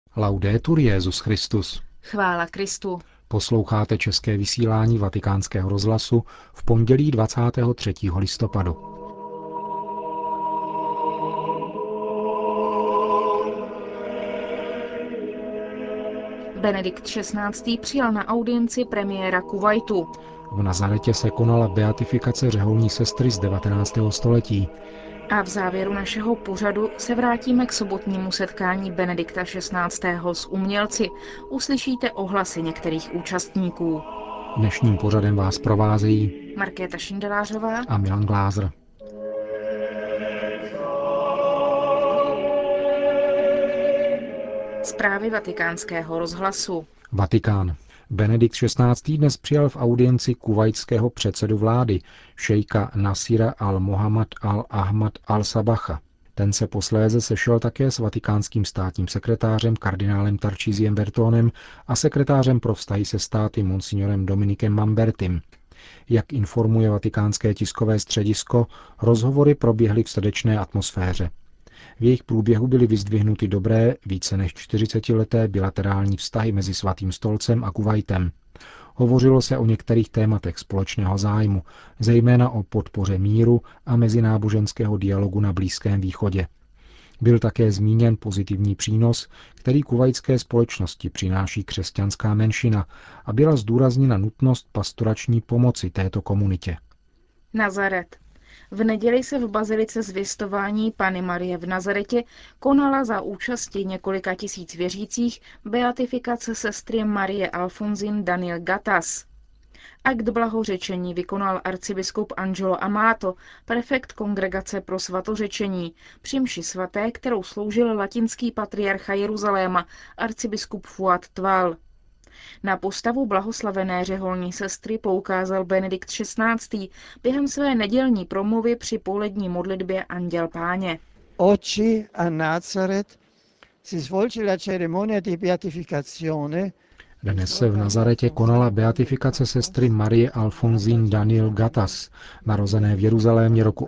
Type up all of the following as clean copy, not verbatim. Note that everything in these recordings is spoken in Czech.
Laudetur Jesus Christus. Chvála Kristu. Posloucháte české vysílání Vatikánského rozhlasu v pondělí 23. listopadu. Benedikt XVI. Přijal na audienci premiéra Kuvajtu. V Nazaretě se konala beatifikace řeholní sestry z 19. století. A v závěru našeho pořadu se vrátíme k sobotnímu setkání Benedikta XVI. S umělci. Uslyšíte ohlasy některých účastníků. Dnešním pořadem vás provázejí Markéta Šindelářová a Milan Glázer. Zprávy Vatikánského rozhlasu. Vatikán. Benedikt XVI. Dnes přijal v audienci kuvajtského předsedu vlády, šejka Nasira al-Mohammad al-Ahmad al-Sabacha. Ten se posléze sešel také s vatikánským státním sekretářem kardinálem Tarcísiem Bertónem a sekretářem pro vztahy se státy monsignorem Dominikem Mambertim. Jak informuje vatikánské tiskové středisko, rozhovory proběhly v srdečné atmosféře. V jejich průběhu byly vyzdvihnuty dobré, více než 40leté bilaterální vztahy mezi Svatým stolcem a Kuvajtem. Hovořilo se o některých tématech společného zájmu, zejména o podpoře míru a mezináboženského dialogu na Blízkém východě. Byl také zmíněn pozitivní přínos, který kuvajtské společnosti přináší křesťanská menšina, a byla zdůrazněna nutnost pastorační pomoci této komunitě. Nazaret. V neděli se v bazilice Zvěstování Panny Marie v Nazaretě konala za účasti několika tisíc věřících beatifikace sestry Marie Alfonsin Daniel Gattas. Akt blahořečení vykonal arcibiskup Angelo Amato, prefekt Kongregace pro svatořečení, při mši svaté, kterou sloužil latinský patriarcha Jeruzaléma, arcibiskup Fuad Tval. Na postavu blahoslavené řeholní sestry poukázal Benedikt XVI. Během své nedělní promluvy při polední modlitbě Anděl Páně. Oggi a Nazaret si svolge la cerimonia di beatificazione. Dnes se v Nazaretě konala beatifikace sestry Marie Alfonsin Daniel Gattas, narozené v Jeruzalémě roku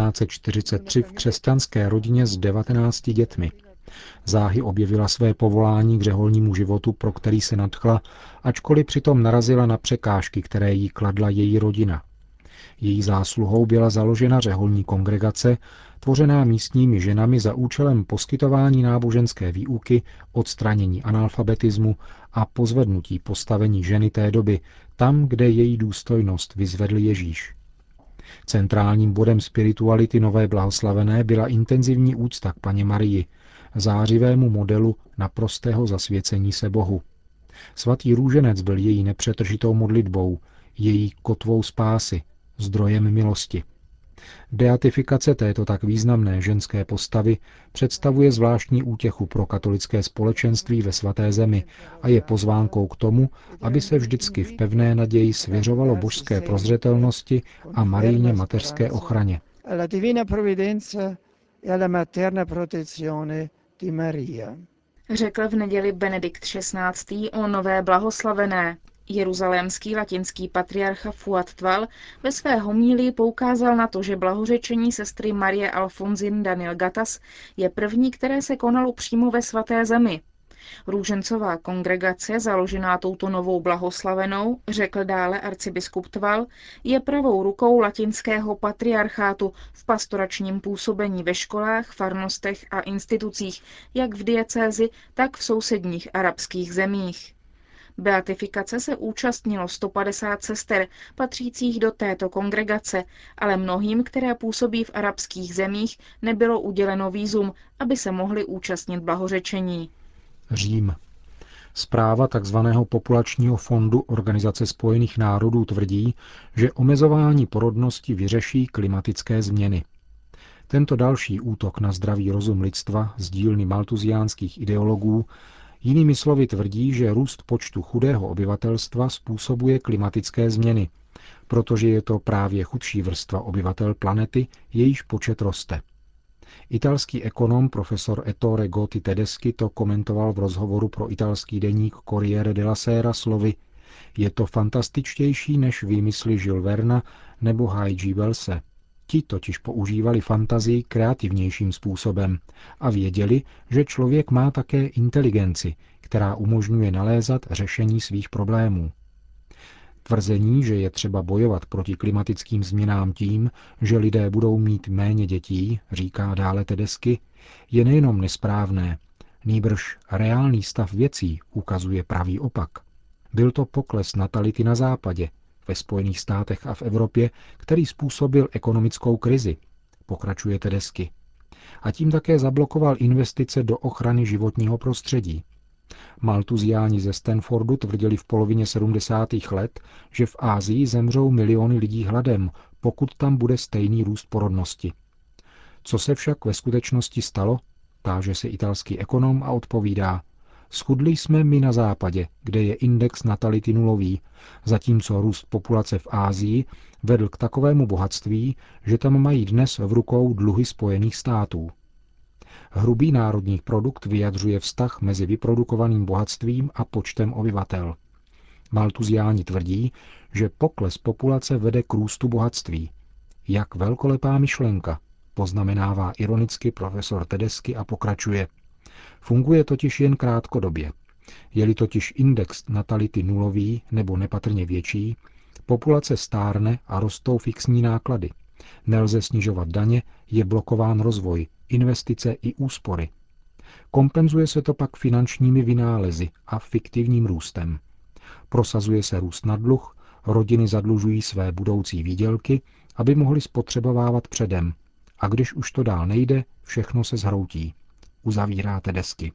1843 v křesťanské rodině s 19 dětmi. Záhy objevila své povolání k řeholnímu životu, pro který se nadchla, ačkoliv přitom narazila na překážky, které jí kladla její rodina. Její zásluhou byla založena řeholní kongregace, tvořená místními ženami za účelem poskytování náboženské výuky, odstranění analfabetismu a pozvednutí postavení ženy té doby, tam, kde její důstojnost vyzvedl Ježíš. Centrálním bodem spirituality nové blahoslavené byla intenzivní úcta k Panně Marii, zářivému modelu naprostého zasvěcení se Bohu. Svatý růženec byl její nepřetržitou modlitbou, její kotvou spásy, zdrojem milosti. Beatifikace této tak významné ženské postavy představuje zvláštní útěchu pro katolické společenství ve svaté zemi a je pozvánkou k tomu, aby se vždycky v pevné naději svěřovalo božské prozřetelnosti a Marijně mateřské ochraně. Řekl v neděli Benedikt XVI. O nové blahoslavené. Jeruzalémský latinský patriarcha Fuad Tval ve své homílii poukázal na to, že blahořečení sestry Marie Alfonsin Daniel Gattas je první, které se konalo přímo ve svaté zemi. Růžencová kongregace, založená touto novou blahoslavenou, řekl dále arcibiskup Tval, je pravou rukou latinského patriarchátu v pastoračním působení ve školách, farnostech a institucích, jak v diecézi, tak v sousedních arabských zemích. Beatifikace se účastnilo 150 sester patřících do této kongregace, ale mnohým, které působí v arabských zemích, nebylo uděleno vízum, aby se mohli účastnit blahořečení. Řím. Zpráva tzv. Populačního fondu Organizace spojených národů tvrdí, že omezování porodnosti vyřeší klimatické změny. Tento další útok na zdravý rozum lidstva z dílny maltuziánských ideologů jinými slovy tvrdí, že růst počtu chudého obyvatelstva způsobuje klimatické změny, protože je to právě chudší vrstva obyvatel planety, jejíž počet roste. Italský ekonom profesor Ettore Gotti Tedeschi to komentoval v rozhovoru pro italský deník Corriere della Sera slovy: je to fantastičtější než výmysly Jules Verna nebo H.G. Wellse. Ti totiž používali fantazii kreativnějším způsobem a věděli, že člověk má také inteligenci, která umožňuje nalézat řešení svých problémů. Tvrzení, že je třeba bojovat proti klimatickým změnám tím, že lidé budou mít méně dětí, říká dále Tedeschi, je nejenom nesprávné, nýbrž reálný stav věcí ukazuje pravý opak. Byl to pokles natality na západě, ve Spojených státech a v Evropě, který způsobil ekonomickou krizi, pokračuje Tedeschi. A tím také zablokoval investice do ochrany životního prostředí. Maltuziáni ze Stanfordu tvrdili v polovině 70. let, že v Asii zemřou miliony lidí hladem, pokud tam bude stejný růst porodnosti. Co se však ve skutečnosti stalo? Táže se italský ekonom a odpovídá: schudli jsme my na západě, kde je index natality nulový, zatímco růst populace v Asii vedl k takovému bohatství, že tam mají dnes v rukou dluhy Spojených států. Hrubý národní produkt vyjadřuje vztah mezi vyprodukovaným bohatstvím a počtem obyvatel. Maltuziáni tvrdí, že pokles populace vede k růstu bohatství. Jak velkolepá myšlenka, poznamenává ironicky profesor Tedeschi a pokračuje. Funguje totiž jen krátkodobě. Je-li totiž index natality nulový nebo nepatrně větší, populace stárne a rostou fixní náklady. Nelze snižovat daně, je blokován rozvoj, investice i úspory. Kompenzuje se to pak finančními vynálezy a fiktivním růstem. Prosazuje se růst na dluh, rodiny zadlužují své budoucí výdělky, aby mohly spotřebovávat předem. A když už to dál nejde, všechno se zhroutí. Uzavírá Tedeschi.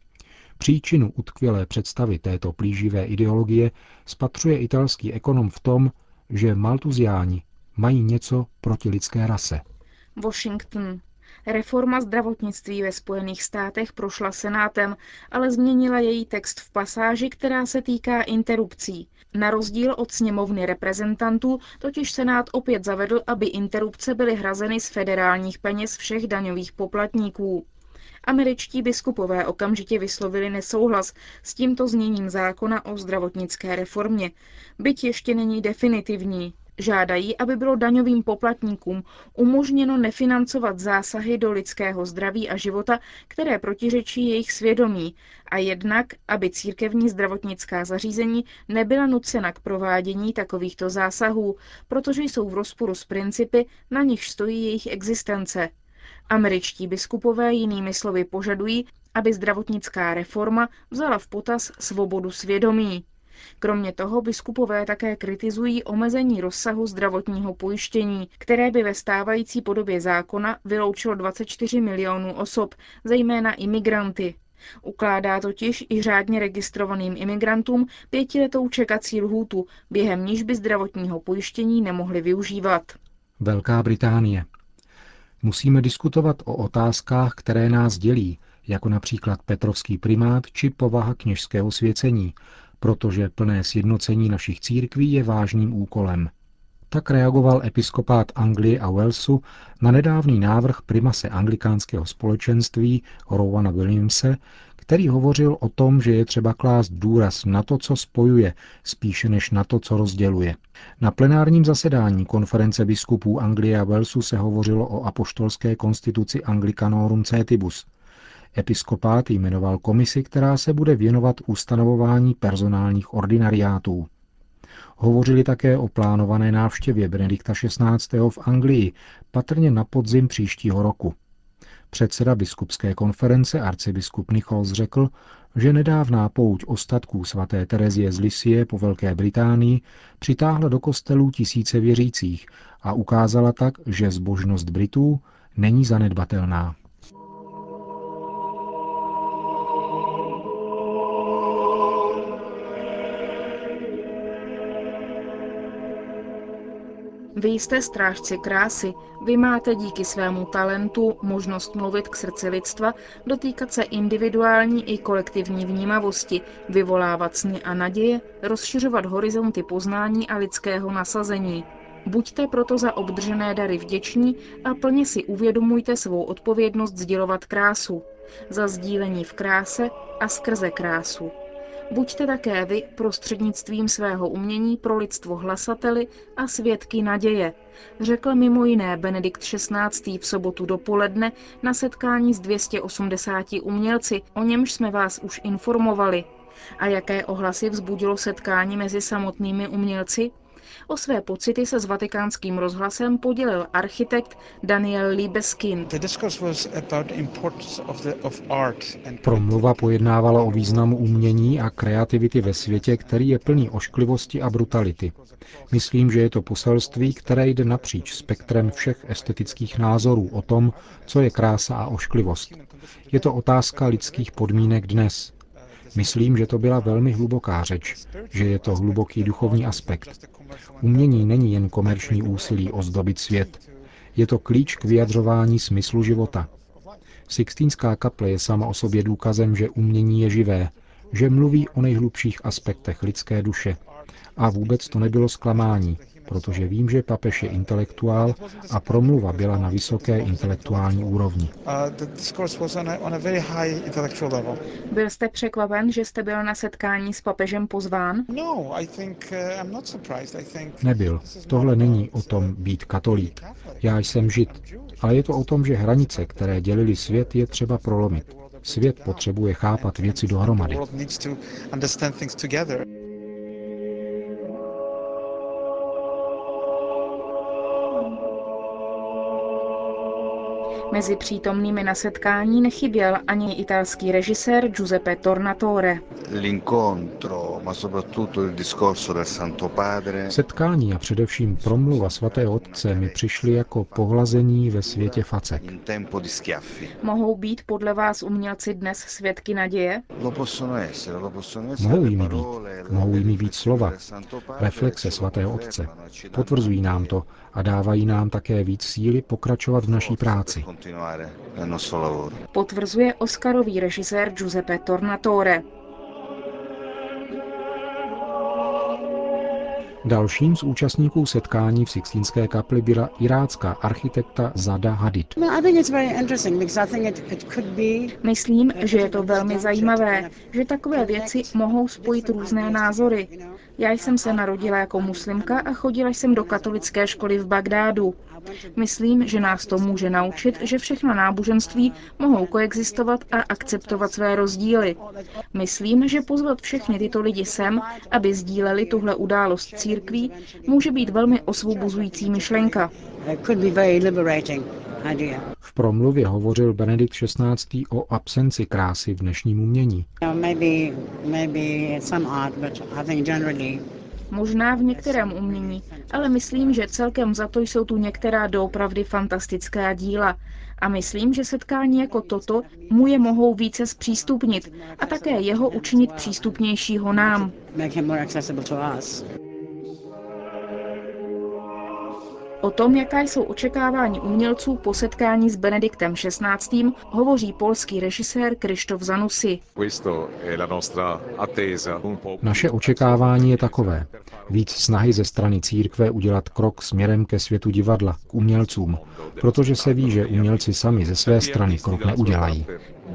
Příčinu utkvělé představy této plíživé ideologie spatřuje italský ekonom v tom, že Maltuziáni mají něco proti lidské rase. Washington. Reforma zdravotnictví ve Spojených státech prošla Senátem, ale změnila její text v pasáži, která se týká interrupcí. Na rozdíl od sněmovny reprezentantů totiž Senát opět zavedl, aby interrupce byly hrazeny z federálních peněz všech daňových poplatníků. Američtí biskupové okamžitě vyslovili nesouhlas s tímto zněním zákona o zdravotnické reformě, byť ještě není definitivní. Žádají, aby bylo daňovým poplatníkům umožněno nefinancovat zásahy do lidského zdraví a života, které protiřečí jejich svědomí, a jednak, aby církevní zdravotnická zařízení nebyla nucena k provádění takovýchto zásahů, protože jsou v rozporu s principy, na nichž stojí jejich existence. Američtí biskupové jinými slovy požadují, aby zdravotnická reforma vzala v potaz svobodu svědomí. Kromě toho biskupové také kritizují omezení rozsahu zdravotního pojištění, které by ve stávající podobě zákona vyloučilo 24 milionů osob, zejména imigranty. Ukládá totiž i řádně registrovaným imigrantům 5letou čekací lhůtu, během níž by zdravotního pojištění nemohli využívat. Velká Británie. Musíme diskutovat o otázkách, které nás dělí, jako například Petrovský primát či povaha kněžského svěcení, protože plné sjednocení našich církví je vážným úkolem. Tak reagoval episkopát Anglie a Walesu na nedávný návrh primase anglikánského společenství Rowana Williamse, který hovořil o tom, že je třeba klást důraz na to, co spojuje, spíše než na to, co rozděluje. Na plenárním zasedání konference biskupů Anglie a Walesu se hovořilo o apoštolské konstituci Anglicanorum Cetibus. Episkopát jmenoval komisi, která se bude věnovat ustanovování personálních ordinariátů. Hovořili také o plánované návštěvě Benedikta XVI. V Anglii, patrně na podzim příštího roku. Předseda biskupské konference arcibiskup Nichols řekl, že nedávná pouť ostatků svaté Terezie z Lisie po Velké Británii přitáhla do kostelů tisíce věřících a ukázala tak, že zbožnost Britů není zanedbatelná. Vy jste strážci krásy, vy máte díky svému talentu možnost mluvit k srdci lidstva, dotýkat se individuální i kolektivní vnímavosti, vyvolávat sny a naděje, rozšiřovat horizonty poznání a lidského nasazení. Buďte proto za obdržené dary vděční a plně si uvědomujte svou odpovědnost sdělovat krásu, za sdílení v kráse a skrze krásu. Buďte také vy prostřednictvím svého umění pro lidstvo hlasateli a svědky naděje, řekl mimo jiné Benedikt XVI. V sobotu dopoledne na setkání s 280 umělci, o němž jsme vás už informovali. A jaké ohlasy vzbudilo setkání mezi samotnými umělci? O své pocity se s Vatikánským rozhlasem podělil architekt Daniel Libeskind. Promluva pojednávala o významu umění a kreativity ve světě, který je plný ošklivosti a brutality. Myslím, že je to poselství, které jde napříč spektrem všech estetických názorů o tom, co je krása a ošklivost. Je to otázka lidských podmínek dnes. Myslím, že to byla velmi hluboká řeč, že je to hluboký duchovní aspekt. Umění není jen komerční úsilí ozdobit svět. Je to klíč k vyjadřování smyslu života. Sixtínská kaple je sama o sobě důkazem, že umění je živé, že mluví o nejhlubších aspektech lidské duše. A vůbec to nebylo zklamání, protože vím, že papež je intelektuál a promluva byla na vysoké intelektuální úrovni. Byl jste překvapen, že jste byl na setkání s papežem pozván? Nebyl. Tohle není o tom být katolík. Já jsem žid. Ale je to o tom, že hranice, které dělily svět, je třeba prolomit. Svět potřebuje chápat věci dohromady. Mezi přítomnými na setkání nechyběl ani italský režisér Giuseppe Tornatore. Setkání a především promluva svatého otce mi přišly jako pohlazení ve světě facek. Mohou být podle vás umělci dnes svědky naděje? Mohou jimi být. Mohou jimi být slova, reflexe svatého otce. Potvrzují nám to a dávají nám také víc síly pokračovat v naší práci. Potvrzuje oscarový režisér Giuseppe Tornatore. Dalším z účastníků setkání v Sixtínské kapli byla irácká architekta Zada Hadid. Myslím, že je to velmi zajímavé, že takové věci mohou spojit různé názory. Já jsem se narodila jako muslimka a chodila jsem do katolické školy v Bagdádu. Myslím, že nás to může naučit, že všechna náboženství mohou koexistovat a akceptovat své rozdíly. Myslím, že pozvat všechny tyto lidi sem, aby sdíleli tuhle událost církví, může být velmi osvobozující myšlenka. V promluvě hovořil Benedikt XVI. O absenci krásy v dnešním umění. Možná v některém umění, ale myslím, že celkem za to jsou tu některá doopravdy fantastická díla. A myslím, že setkání jako toto mu je mohou více zpřístupnit a také jeho učinit přístupnějšího nám. O tom, jaká jsou očekávání umělců po setkání s Benediktem XVI., hovoří polský režisér Krzysztof Zanussi. Naše očekávání je takové. Víc snahy ze strany církve udělat krok směrem ke světu divadla, k umělcům, protože se ví, že umělci sami ze své strany krok neudělají.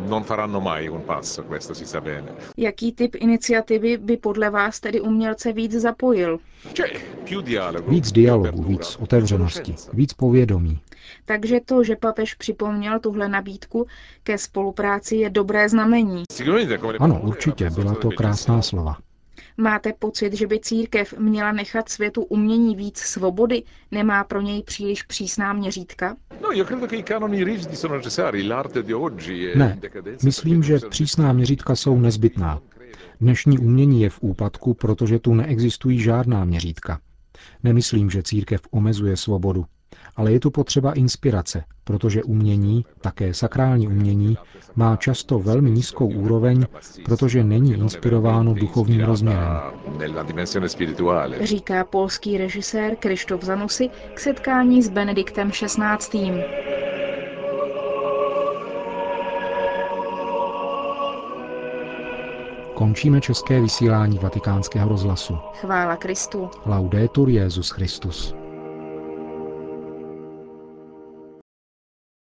Jaký typ iniciativy by podle vás tedy umělce víc zapojil? Víc dialogu, víc otevřenosti, víc povědomí. Takže to, že papež připomněl tuhle nabídku ke spolupráci, je dobré znamení. Ano, určitě, byla to krásná slova. Máte pocit, že by církev měla nechat světu umění víc svobody? Nemá pro něj příliš přísná měřítka? Ne, myslím, že přísná měřítka jsou nezbytná. Dnešní umění je v úpadku, protože tu neexistují žádná měřítka. Nemyslím, že církev omezuje svobodu, ale je tu potřeba inspirace, protože umění, také sakrální umění, má často velmi nízkou úroveň, protože není inspirováno duchovním rozměrem. Říká polský režisér Krzysztof Zanussi k setkání s Benediktem XVI. Končíme české vysílání Vatikánského rozhlasu. Chvála Kristu. Laudetur Jesus Christus.